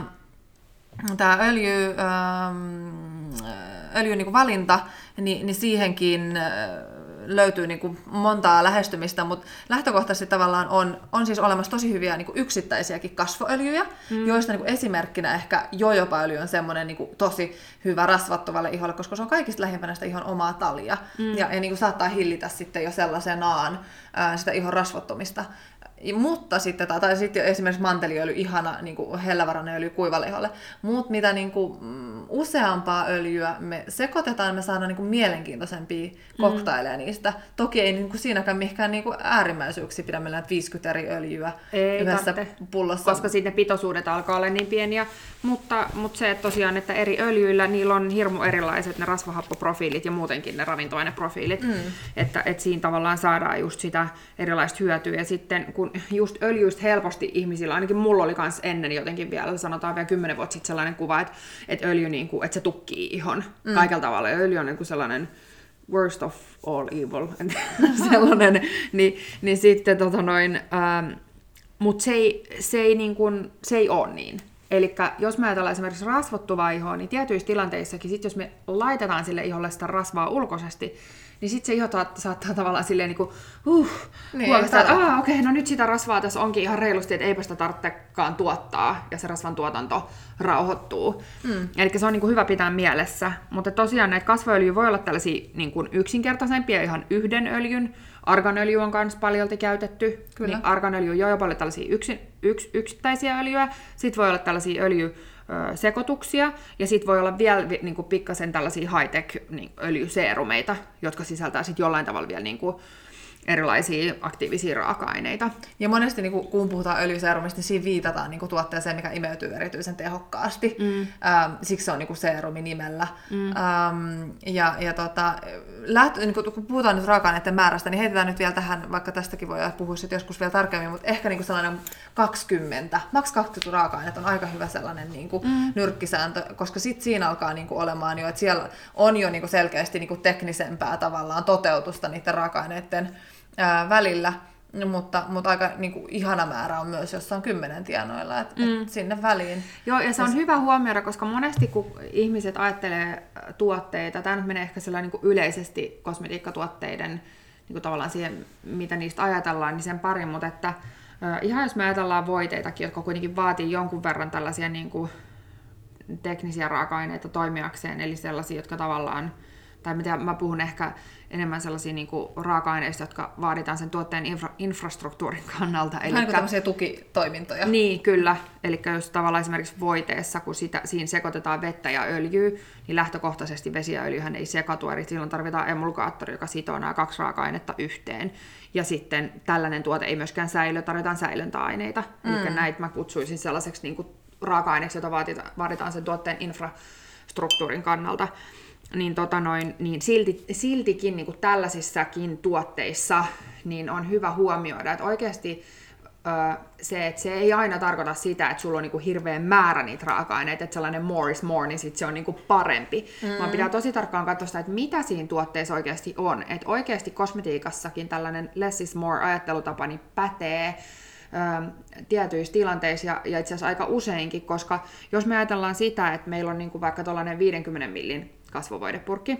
Speaker 1: tämä öljy, ähm, öljyn niin kuin valinta, niin, niin siihenkin löytyy niin kuin montaa lähestymistä, mutta lähtökohtaisesti tavallaan on, on siis olemassa tosi hyviä niin kuin yksittäisiäkin kasvoöljyjä, mm. joista niin kuin esimerkkinä ehkä jojobaöljy on semmoinen niin kuin tosi hyvä rasvattuvalle iholle, koska se on kaikista lähimpänä sitä ihon omaa talia mm. ja, ja niin kuin saattaa hillitä sitten jo sellaisenaan ää, sitä ihon rasvattumista. Mutta sitten, tai, tai sitten esimerkiksi manteliöljy, ihana niin kuin hellävarainen öljy kuivalle iholle. Mutta mitä niin kuin, mm, useampaa öljyä me sekoitetaan, me saadaan niin kuin mielenkiintoisempia koktaileja mm. niistä. Toki ei niin kuin siinäkään mihinkään niin kuin äärimmäisyyksiä pidä meillä viisikymmentä eri öljyä
Speaker 2: ei
Speaker 1: yhdessä
Speaker 2: tarvitse,
Speaker 1: pullossa.
Speaker 2: Koska sitten ne pitoisuudet alkaa olla niin pieniä. Mutta, mutta se, että tosiaan, että eri öljyillä niillä on hirmu erilaiset ne rasvahappoprofiilit ja muutenkin ne ravintoaineprofiilit. Mm. Että, että siinä tavallaan saadaan just sitä erilaista hyötyä. Ja sitten kun just öljyistä helposti ihmisillä, ainakin mulla oli kans ennen jotenkin vielä, sanotaan vielä kymmenen vuotta sitten sellainen kuva, että, että öljy niin kuin, että se tukkii ihon mm. kaikella tavalla. Ja öljy on niin kuin sellainen worst of all evil, sellainen, niin, niin sitten tota noin, ähm, mutta se ei, se ei, niin kuin, se ei ole niin. Eli jos me ajatellaan esimerkiksi rasvottuvaa ihoa, niin tietyissä tilanteissakin, sit jos me laitetaan sille iholle sitä rasvaa ulkoisesti, niin sitten se iho saattaa tavallaan silleen niin kuin, uh, niin, huolestaa, että aah, okei, okay, no nyt sitä rasvaa tässä onkin ihan reilusti, että eipä sitä tarvitsekaan tuottaa, ja se rasvan tuotanto rauhoittuu. Mm. Eli se on niin kuin hyvä pitää mielessä. Mutta tosiaan näitä kasvoöljyjä voi olla tällaisia niin kuin yksinkertaisempia, ihan yhden öljyn. Arganöljy on myös paljolti käytetty. Niin arganöljy on jo paljon tällaisia yksi, yks, yksittäisiä öljyjä. Sitten voi olla tällaisia öljysekoituksia. Ja sitten voi olla vielä niin kuin pikkasen tällaisia high-tech niin, öljyseerumeita, jotka sisältää sitten jollain tavalla vielä niin kuin erilaisia aktiivisia raaka-aineita. Ja monesti niin kun puhutaan öljyseerumista, niin siinä viitataan niin tuotteeseen, mikä imeytyy erityisen tehokkaasti. Mm. Ähm, siksi se on niin seerumi nimellä. Mm. Ähm, ja ja tota, lähtö, niin kun puhutaan nyt raaka-aineiden määrästä, niin heitetään nyt vielä tähän, vaikka tästäkin voi puhua joskus vielä tarkemmin, mutta ehkä niin sellainen kaksikymmentä, maks kaksikymmentä raaka-aineet on aika hyvä sellainen niin mm. nyrkkisääntö, koska sitten siinä alkaa niin olemaan jo, että siellä on jo niin selkeästi niin teknisempää tavallaan toteutusta niiden raaka-aineiden ää, välillä, mutta, mutta aika niin kuin, ihana määrä on myös, jossa on kymmenen tienoilla, että mm. et sinne väliin. Joo, ja se on ja hyvä huomioida, koska monesti kun ihmiset ajattelee tuotteita, tämä nyt menee ehkä sellainen niin kuin yleisesti kosmetiikkatuotteiden niin kuin tavallaan siihen, mitä niistä ajatellaan, niin sen pari, mutta että äh, ihan jos me ajatellaan voiteitakin, jotka kuitenkin vaatii jonkun verran tällaisia niin kuin teknisiä raaka-aineita toimijakseen, eli sellaisia, jotka tavallaan, tai mitä mä puhun ehkä enemmän sellaisia niin kuin raaka-aineista, jotka vaaditaan sen tuotteen infra- infrastruktuurin kannalta.
Speaker 1: Vähän niin kuin tämmöisiä tukitoimintoja.
Speaker 2: Niin, kyllä. Eli jos tavallaan esimerkiksi voiteessa, kun sitä, siinä sekoitetaan vettä ja öljyä, niin lähtökohtaisesti vesi ja öljyhän ei sekatu, eli silloin tarvitaan emulgaattori, joka sitoo nämä kaksi raaka-ainetta yhteen. Ja sitten tällainen tuote ei myöskään säily, tarvitaan säilöntäaineita. Mm. Eli näitä mä kutsuisin sellaiseksi niin kuin raaka-aineeksi, jota vaaditaan, vaaditaan sen tuotteen infrastruktuurin kannalta. Niin, tota noin, niin silti, siltikin niin kuin tällaisissakin tuotteissa niin on hyvä huomioida, että oikeasti ö, se, että se ei aina tarkoita sitä, että sulla on niin kuin hirveän määrä niitä raaka-aineita, että sellainen more is more, niin sit se on niin kuin parempi. Mm. Vaan pitää tosi tarkkaan katsoa sitä, että mitä siinä tuotteessa oikeasti on. Että oikeasti kosmetiikassakin tällainen less is more -ajattelutapa niin pätee ö, tietyissä tilanteissa ja, ja itse asiassa aika useinkin, koska jos me ajatellaan sitä, että meillä on niin kuin vaikka tuollainen viidenkymmenen millin kasvovoidepurkki,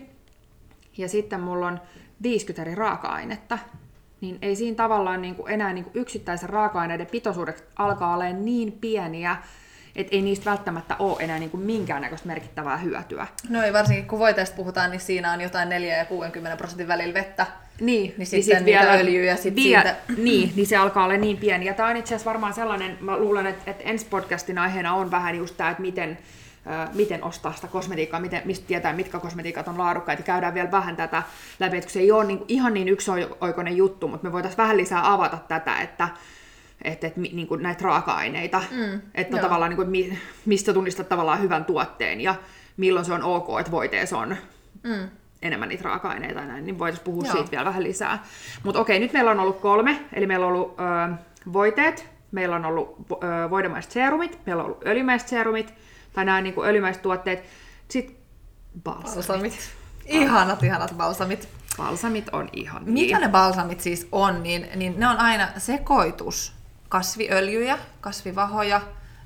Speaker 2: ja sitten mulla on viisikymmentä eri raaka-ainetta, niin ei siinä tavallaan niin kuin enää niin kuin yksittäisen raaka-aineiden pitoisuudet alkaa olemaan niin pieniä, että ei niistä välttämättä ole enää niin kuin minkäännäköistä merkittävää hyötyä.
Speaker 1: No ei varsinkin, kun voiteesta puhutaan, niin siinä on jotain neljä ja kuudenkymmenen prosentin välillä vettä.
Speaker 2: Niin,
Speaker 1: niin sitten niin sit vielä öljyä ja sitten
Speaker 2: vie,
Speaker 1: siitä...
Speaker 2: Niin, niin se alkaa olla niin pieni. Ja tämä on itse asiassa varmaan sellainen, mä luulen, että, että ensi podcastin aiheena on vähän just tämä, että miten miten ostaa sitä kosmetiikkaa, miten, mistä tietää, mitkä kosmetiikat on laadukkaita. Käydään vielä vähän tätä läpi, että se ei ole niin, ihan niin yksioikoinen juttu, mutta me voitaisiin vähän lisää avata tätä, että, että, että niin kuin näitä raaka-aineita, mm, että tavallaan, niin kuin, mistä tunnistat tavallaan hyvän tuotteen ja milloin se on ok, että voiteessa on mm. enemmän niitä raaka-aineita, näin, niin voitaisiin puhua joo. siitä vielä vähän lisää. Mutta okei, nyt meillä on ollut kolme, eli meillä on ollut ö, voiteet, meillä on ollut ö, voidemaiset seerumit, meillä on ollut öljymäiset seerumit, tai nämä niin kuin öljymäiset tuotteet. Sitten balsamit. balsamit.
Speaker 1: Ihanat, ihanat balsamit.
Speaker 2: Balsamit on ihan niin.
Speaker 1: Mitä ne balsamit siis on? Niin, niin ne on aina sekoitus kasviöljyjä, kasvivahoja,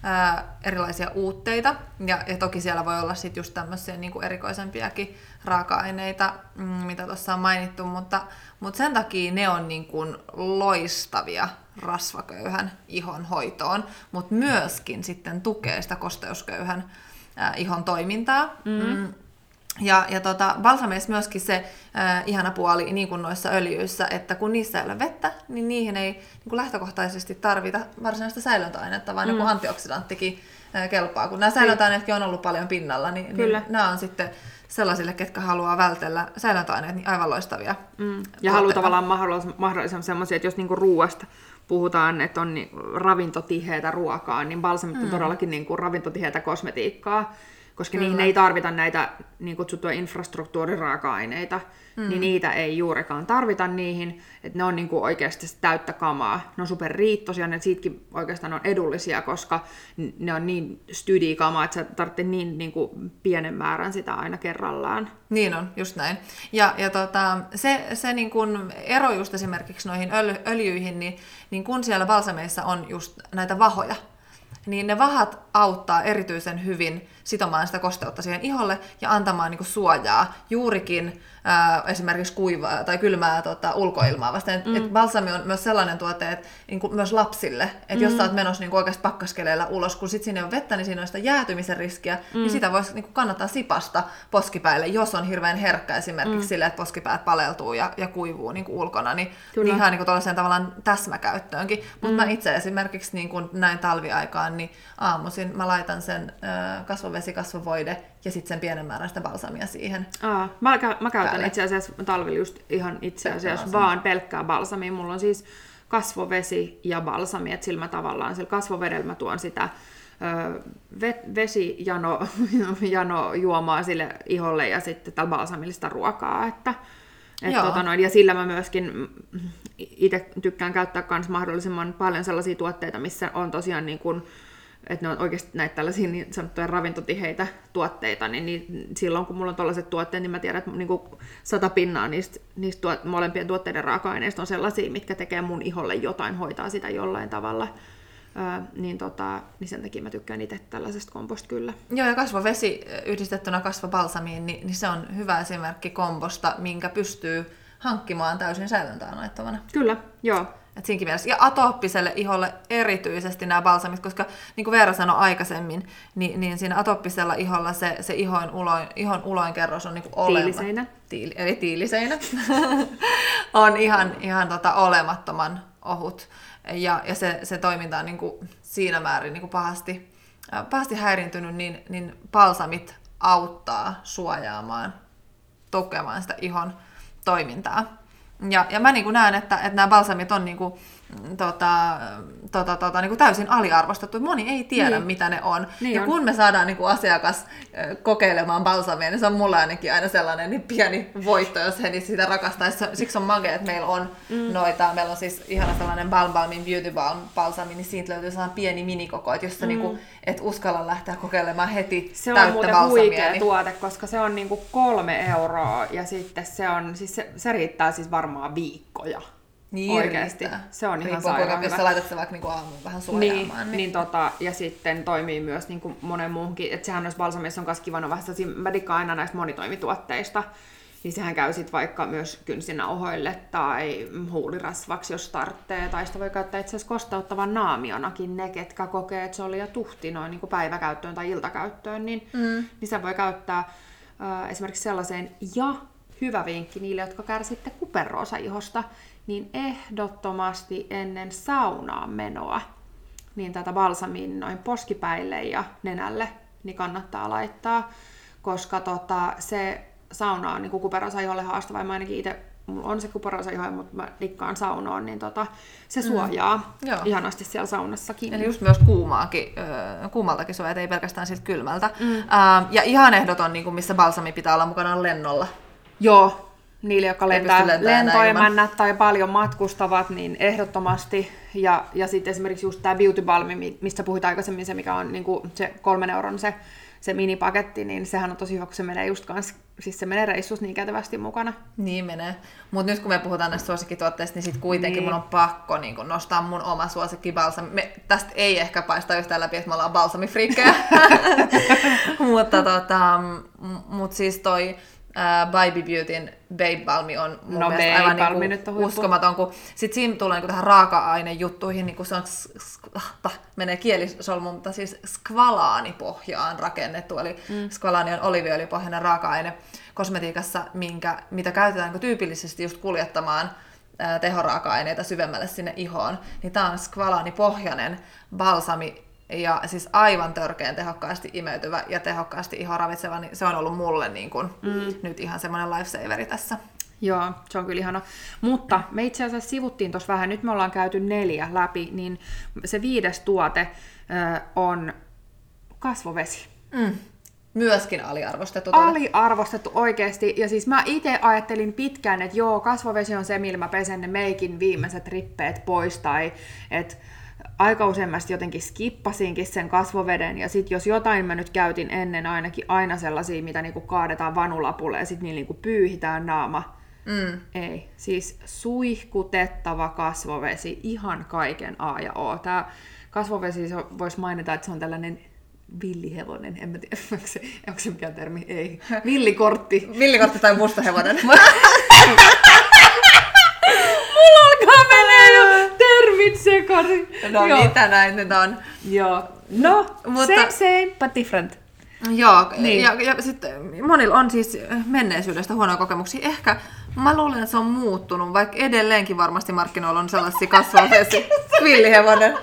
Speaker 1: ää, erilaisia uutteita, ja, ja toki siellä voi olla sitten just tämmöisiä niin kuin erikoisempiakin raaka-aineita, mm, mitä tuossa on mainittu, mutta, mutta sen takia ne on niin kuin loistavia rasvaköyhän ihon hoitoon, mutta myöskin sitten tukee sitä kosteusköyhän ää, ihon toimintaa. Mm. Mm. Ja, ja tota, balsameissa myöskin se äh, ihana puoli, niin kuin noissa öljyissä, että kun niissä ei ole vettä, niin niihin ei niin kuin lähtökohtaisesti tarvita varsinaista säilöntäainetta, vaan mm. joku antioksidanttikin äh, kelpaa. Kun nämä säilöntäaineetkin on ollut paljon pinnalla, niin, niin nämä on sitten sellaisille, ketkä haluaa vältellä säilöntäaineet, niin aivan loistavia. Mm.
Speaker 2: Ja haluaa tavallaan mahdollisimman semmoisia, että jos niinku ruuasta puhutaan, että on niin ravintotiheätä ruokaa, niin balsamit on mm. todellakin niinku ravintotiheätä kosmetiikkaa. Koska Kyllä. niihin ei tarvita näitä niin kutsuttuja infrastruktuuriraaka-aineita, mm. niin niitä ei juurikaan tarvita niihin, että ne on niin kuin oikeasti täyttä kamaa. Ne on superriittoisia, ne siitäkin oikeastaan on edullisia, koska ne on niin stydikamaa, että sä tarvitset niin, niin kuin pienen määrän sitä aina kerrallaan.
Speaker 1: Niin on, just näin. Ja, ja tota, se, se niin kuin ero just esimerkiksi noihin öl- öljyihin, niin, niin kun siellä balsameissa on just näitä vahoja, niin ne vahat auttaa erityisen hyvin sitomaan sitä kosteutta siihen iholle ja antamaan niinku suojaa juurikin ää, esimerkiksi kuivaa tai kylmää tota, ulkoilmaa vastaan. Mm. Et balsami on myös sellainen tuote, että niinku, myös lapsille, että mm. jos sä oot menossa niinku, oikeasti pakkaskeleellä ulos, kun sit siinä on vettä, niin siinä on sitä jäätymisen riskiä, mm. niin sitä voisi niinku, kannattaa sipasta poskipäille, jos on hirveän herkkä esimerkiksi mm. sille, että poskipäät paleltuu ja, ja kuivuu niinku, ulkona, niin, niin ihan niinku, tuollaiseen tavallaan täsmäkäyttöönkin. Mutta mm. mä itse esimerkiksi niinku, näin talviaikaan, niin aamuisin mä laitan sen äh, kasvovesi, kasvovoide ja sitten sen pienen määrän sitä balsamia siihen.
Speaker 2: Aa, mä, kä- mä käytän päälle. Itse asiassa talvella just ihan itse asiassa pelkkää vaan pelkkää balsamia. Mulla on siis kasvovesi ja balsami, että sillä mä tavallaan sillä kasvovedellä mä tuon sitä ö, ve- vesijano jano juomaa sille iholle ja sitten tällä balsamillista ruokaa, että Et tota noin, ja sillä mä myöskin itse tykkään käyttää myös mahdollisimman paljon sellaisia tuotteita, missä on tosiaan niin kuin, että ne on oikeasti näitä tällaisia niin sanottuja ravintotiheitä tuotteita, niin, niin silloin kun mulla on tällaiset tuotteet, niin mä tiedän, että niin kuin sata pinnaa niistä, niistä tuot, molempien tuotteiden raaka-aineista on sellaisia, mitkä tekee mun iholle jotain, hoitaa sitä jollain tavalla. Öö, niin, tota, niin sen takia mä tykkään itse tällaisesta komposta kyllä.
Speaker 1: Joo, ja kasvovesi yhdistettynä kasvabalsamiin, niin, niin se on hyvä esimerkki komposta, minkä pystyy hankkimaan täysin säilöntään laittavana.
Speaker 2: Kyllä, joo.
Speaker 1: Et siinäkin mielessä. Ja atooppiselle iholle erityisesti nämä balsamit, koska niin kuin Veera sanoi aikaisemmin, niin, niin siinä atooppisella iholla se, se ihon, uloin, ihon uloinkerros on niin kuin olema.
Speaker 2: Tiiliseinä.
Speaker 1: Tiili, eli tiiliseinä. on ihan, ihan tota olemattoman ohut. Ja, ja se, se toiminta on niin kuin siinä määrin niin kuin pahasti, äh, pahasti häiriintynyt, niin, niin balsamit auttaa suojaamaan, tukemaan sitä ihon toimintaa. Ja, ja mä niin kuin näen, että, että nämä balsamit on niin kuin, tota, tota, tota, niin kuin täysin aliarvostettu. Moni ei tiedä, niin. mitä ne on. Niin ja on. Kun me saadaan niin kuin asiakas kokeilemaan balsamia, niin se on mulla ainakin aina sellainen niin pieni voitto, jos he niin sitä rakastaisi. Siksi on magea, että meillä on mm. noita. Meillä on siis ihana sellainen Balm Balmin Beauty Balm balsami, niin siitä löytyy sellainen pieni minikoko, että jos sä mm. niin kuin, et uskalla lähteä kokeilemaan heti
Speaker 2: se
Speaker 1: täyttä balsamia.
Speaker 2: Se on muuten huikea
Speaker 1: niin...
Speaker 2: tuote, koska se on niin kuin kolme euroa ja sitten se, on, siis se, se riittää siis varmaan viikkoja.
Speaker 1: Niin,
Speaker 2: oikeasti.
Speaker 1: Riittää.
Speaker 2: Se on ihan
Speaker 1: Riippuu,
Speaker 2: sairaan
Speaker 1: jos
Speaker 2: hyvä.
Speaker 1: sä laitat sen vaikka niinku aamuun vähän suojaamaan.
Speaker 2: Niin,
Speaker 1: niin.
Speaker 2: niin tota, ja sitten toimii myös niin kuin monen muuhunkin, että sehän noissa balsamissa on myös kiva, no vähän mä dikkaan aina näistä monitoimituotteista, niin sehän käy sitten vaikka myös kynsinauhoille tai huulirasvaksi, jos tarvitsee, tai sitä voi käyttää itse asiassa kosteuttavan naamionakin ne, ketkä kokee, että se oli jo tuhti noin niin kuin päiväkäyttöön tai iltakäyttöön, niin, mm. niin se voi käyttää äh, esimerkiksi sellaiseen, ja hyvä vinkki niille, jotka kärsitte kuperoosa-ihosta, niin ehdottomasti ennen saunaan menoa, niin tätä balsamin noin poskipäille ja nenälle niin kannattaa laittaa, koska tota, se sauna on niin kuperoosa-iholle haastava, ja mä ainakin itse, mulla on se kuperoosa-iho, mutta mä dikkaan saunoon, niin tota, se suojaa mm. ihanasti siellä saunassakin.
Speaker 1: Eli just myös kuumaakin, äh, kuumaltakin suojaa, ei pelkästään siltä kylmältä. Mm. Äh, ja ihan ehdoton, niin kuin missä balsami pitää olla mukana, on lennolla.
Speaker 2: Joo. Niille, jotka lentää lentoimännät tai paljon matkustavat, niin ehdottomasti. Ja, ja sitten esimerkiksi just tämä Beauty Balm, mistä puhuit aikaisemmin, se mikä on niin kuin se kolmen euron se, se minipaketti, niin sehän on tosi hyvä, kun se menee just kans, siis se menee reissussa niin kätevästi mukana.
Speaker 1: Niin menee. Mutta nyt kun me puhutaan näistä suosikkituotteista, niin sit kuitenkin
Speaker 2: niin.
Speaker 1: mun on pakko niin kun nostaa mun oma suosikki balsami. Me, tästä ei ehkä paista yhtään läpi, että me ollaan balsamifriikkejä. mutta tota, mut siis toi Uh, By Beautyn Babe Balmi on mun
Speaker 2: no,
Speaker 1: mielestä aivan niinku
Speaker 2: on
Speaker 1: uskomaton, kun sit siinä tulee niinku tähän raaka-ainejuttuihin, niinku se on, ah, menee kielisolmuun, mutta siis skvalaanipohjaan rakennettu, eli mm. skvalaani on oliiviöljypohjainen raaka-aine kosmetiikassa, minkä, mitä käytetään niinku tyypillisesti just kuljettamaan ää, tehoraaka-aineita syvemmälle sinne ihoon, niin tää on skvalaanipohjainen balsami, ja siis aivan törkeän tehokkaasti imeytyvä ja tehokkaasti ihoa ravitseva, niin se on ollut mulle niin kuin mm. nyt ihan semmoinen lifesaveri tässä.
Speaker 2: Joo, se on kyllä ihana. Mutta me itse asiassa sivuttiin tuossa vähän, nyt me ollaan käyty neljä läpi, niin se viides tuote äh, on kasvovesi.
Speaker 1: Mm. Myöskin aliarvostettu tuote.
Speaker 2: Aliarvostettu oikeasti. Ja siis mä itse ajattelin pitkään, että joo, kasvovesi on se, millä mä pesen ne meikin viimeiset rippeet pois, tai että aika useammasti jotenkin skippasinkin sen kasvoveden, ja sitten jos jotain mä nyt käytin ennen ainakin aina sellaisia, mitä niinku kaadetaan vanulapulle, ja sitten niillä niinku pyyhitään naama.
Speaker 1: Mm.
Speaker 2: Ei, siis suihkutettava kasvovesi, ihan kaiken A ja O. Tää kasvovesi, voisi mainita, että se on tällainen villihevonen, en mä tiedä, onko se, onko se mikään termi? Ei. Villikortti.
Speaker 1: Villikortti tai musta hevonen.
Speaker 2: Mulla alkaa menee jo termit sekari.
Speaker 1: No joo. Mitä näin nyt on?
Speaker 2: Joo. No,
Speaker 1: mutta,
Speaker 2: same same, but different.
Speaker 1: Joo, niin. ja, ja sitten monilla on siis menneisyydestä huonoja kokemuksia. Ehkä mä luulen, että se on muuttunut, vaikka edelleenkin varmasti markkinoilla on sellaisia kasvavesi. Villihevonen.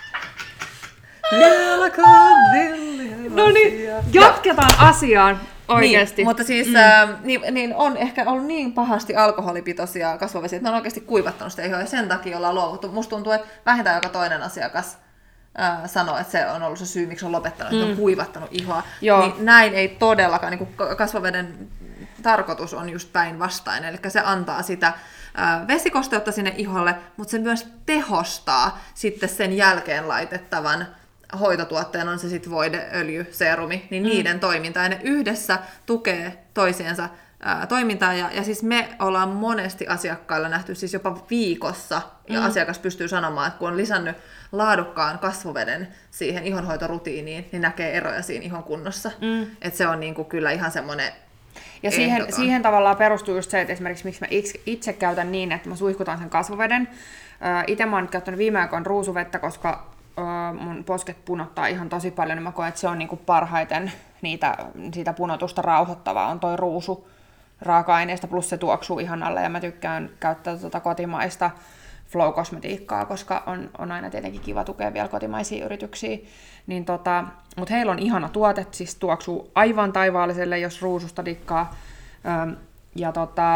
Speaker 2: No niin, jatketaan ja asiaan oikeasti.
Speaker 1: Niin, mutta siis mm. äh, niin, niin on ehkä ollut niin pahasti alkoholipitoisia kasvovesiä, että ne on oikeasti kuivattanut sitä ihoa, ja sen takia ollaan luovuttu. Musta tuntuu, että vähintään joka toinen asiakas äh, sanoo, että se on ollut se syy, miksi on lopettanut, mm. että on kuivattanut ihoa. Niin näin ei todellakaan, niin kuin kasvoveden tarkoitus on just päinvastainen, eli se antaa sitä äh, vesikosteutta sinne iholle, mutta se myös tehostaa sitten sen jälkeen laitettavan hoitotuotteen, on se sitten voide, öljy, serumi, niin mm. niiden toimintaa, ja ne yhdessä tukee toisiensa ää, toimintaa, ja, ja siis me ollaan monesti asiakkailla nähty siis jopa viikossa, ja mm. asiakas pystyy sanomaan, että kun on lisännyt laadukkaan kasvuveden siihen ihonhoitorutiiniin, niin näkee eroja siinä ihon kunnossa. Mm. Että se on niinku kyllä ihan semmoinen
Speaker 2: ja siihen, siihen tavallaan perustuu just se, että esimerkiksi miksi mä itse, itse käytän niin, että mä suihkutan sen kasvuveden. Itse mä oon nyt käyttänyt viime aikoina ruusuvettä, koska mun posket punottaa ihan tosi paljon, niin mä koen, että se on niinku parhaiten niitä, siitä punotusta rauhoittavaa, on toi ruusu raaka-aineesta, plus se tuoksuu ihanalle, ja mä tykkään käyttää tuota kotimaista Flow-kosmetiikkaa, koska on, on aina tietenkin kiva tukea vielä kotimaisia yrityksiä. Niin tota, mutta heillä on ihana tuote, siis tuoksuu aivan taivaalliselle, jos ruususta dikkaa. Öm, ja tota,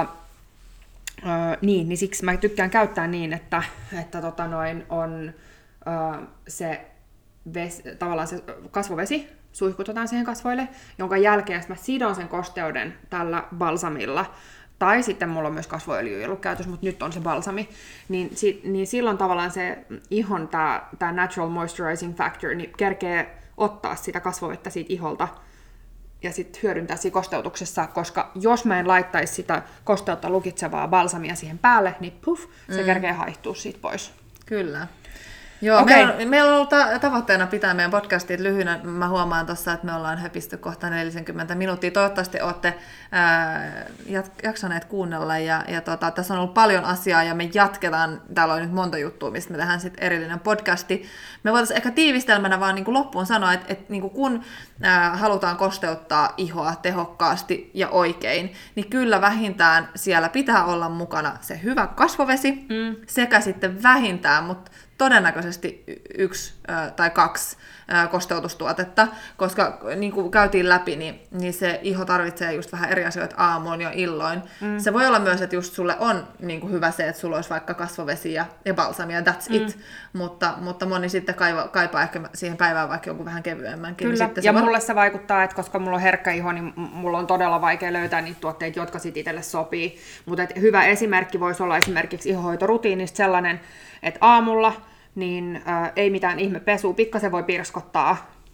Speaker 2: ö, niin, niin siksi mä tykkään käyttää niin, että, että tota noin on ö, se, ves, tavallaan se kasvovesi, suihkutetaan siihen kasvoille, jonka jälkeen mä sidon sen kosteuden tällä balsamilla. Tai sitten mulla on myös kasvoöljy ollut käytössä, mutta nyt on se balsami. Niin, si, niin silloin tavallaan se ihon, tämä tää natural moisturizing factor, niin kerkee ottaa sitä kasvovettä siitä iholta ja sitten hyödyntää siinä kosteutuksessa, koska jos mä en laittaisi sitä kosteutta lukitsevaa balsamia siihen päälle, niin puff, se mm. kerkee haihtua siitä pois.
Speaker 1: Kyllä. Joo, okay. meillä, on, meillä on ollut ta- tavoitteena pitää meidän podcastit lyhynä. Mä huomaan tuossa, että me ollaan höpisty kohta neljäkymmentä minuuttia. Toivottavasti olette ää, jaksaneet kuunnella. Ja, ja tota, tässä on ollut paljon asiaa ja me jatketaan. Täällä on nyt monta juttua, mistä me tehdään sitten erillinen podcasti. Me voitaisiin ehkä tiivistelmänä vaan niin kuin loppuun sanoa, että, että niin kuin kun ää, halutaan kosteuttaa ihoa tehokkaasti ja oikein, niin kyllä vähintään siellä pitää olla mukana se hyvä kasvovesi mm. sekä sitten vähintään, mutta todennäköisesti yksi ö, tai kaksi ö, kosteutustuotetta, koska niin kuin käytiin läpi, niin, niin se iho tarvitsee just vähän eri asioita aamuun ja illoin. Mm. Se voi olla myös, että just sulle on niin kuin hyvä se, että sulla olisi vaikka kasvovesi ja, ja balsamia, that's mm. it, mutta, mutta moni sitten kaiva, kaipaa ehkä siihen päivään vaikka jonkun vähän kevyemmänkin.
Speaker 2: Kyllä,
Speaker 1: niin
Speaker 2: ja
Speaker 1: voi...
Speaker 2: mulle se vaikuttaa, että koska mulla on herkkä iho, niin mulla on todella vaikea löytää niitä tuotteita, jotka sitten itselle sopii. Mutta hyvä esimerkki voisi olla esimerkiksi ihohoitorutiinista sellainen, että aamulla niin äh, ei mitään ihme pesua, pikkasen voi pirskottaa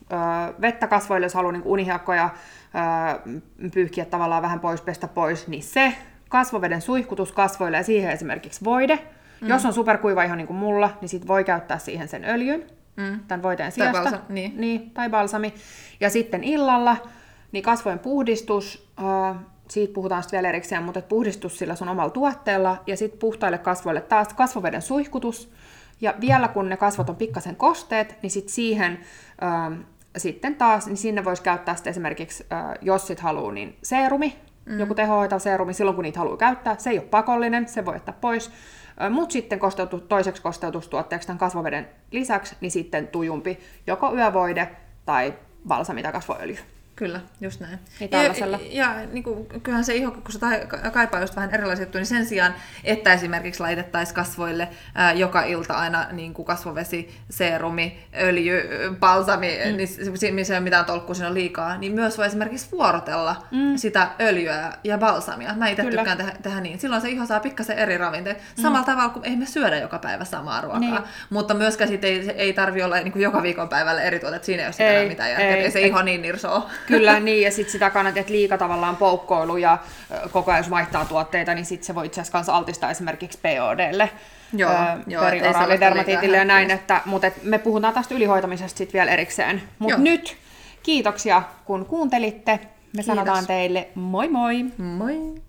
Speaker 2: vettä kasvoille, jos haluaa niin unihiakkoja pyyhkiä tavallaan vähän pois, pestä pois, niin se kasvoveden suihkutus kasvoille ja siihen esimerkiksi voide. Mm. Jos on superkuiva ihan niin kuin mulla, niin sit voi käyttää siihen sen öljyn, mm. tämän voiteen sijasta. Tai, balsa, niin. Niin, tai balsami. Ja sitten illalla, niin kasvojen puhdistus, äh, siitä puhutaan sitten vielä erikseen, mutta puhdistus sillä sun omalla tuotteella, ja sitten puhtaille kasvoille taas kasvoveden suihkutus. Ja vielä kun ne kasvot on pikkasen kosteet, niin sitten siihen äh, sitten taas, niin sinne voisi käyttää sitten esimerkiksi, äh, jos sit haluaa, niin seerumi, mm. joku tehohoitava seerumi, silloin kun niitä haluaa käyttää. Se ei ole pakollinen, se voi jättää pois. Mutta sitten kosteutu, toiseksi kosteutustuotteeksi tämän kasvoveden lisäksi, niin sitten tujumpi joko yövoide tai balsami tai kasvoöljy.
Speaker 1: Kyllä, just näin.
Speaker 2: Niin
Speaker 1: ja ja, ja niin kuin, kyllähän se iho, kun se kaipaa just vähän erilaisia juttuja, niin sen sijaan, että esimerkiksi laitettaisiin kasvoille ää, joka ilta aina niin kuin kasvovesi, seerumi, öljy, balsami, mm. niin missä ei ole mitään tolkkua, siinä on liikaa, niin myös voi esimerkiksi vuorotella mm. sitä öljyä ja balsamia. Mä itse tykkään tehdä, tehdä niin. Silloin se iho saa pikkasen eri ravinteita. Mm. Samalla tavalla kuin ei me syödä joka päivä samaa ruokaa. Niin. Mutta myöskään sit ei, ei tarvitse olla niin kuin joka viikon päivällä eri tuotet. Siinä ei ole sitä ei, mitään. Ei, ei se iho niin nirsoo.
Speaker 2: Kyllä, niin, ja sitten sitä kannattaa, että liika tavallaan poukkoilu ja koko ajan jos vaihtaa tuotteita, niin sitten se voi itse asiassa altistaa esimerkiksi P O D:lle,
Speaker 1: joo, joo,
Speaker 2: perioraalidermatiitille ja näin, että, mutta et me puhutaan tästä ylihoitamisesta sitten vielä erikseen. Mutta nyt kiitoksia, kun kuuntelitte. Me sanotaan Kiitos. Teille moi moi!
Speaker 1: Moi!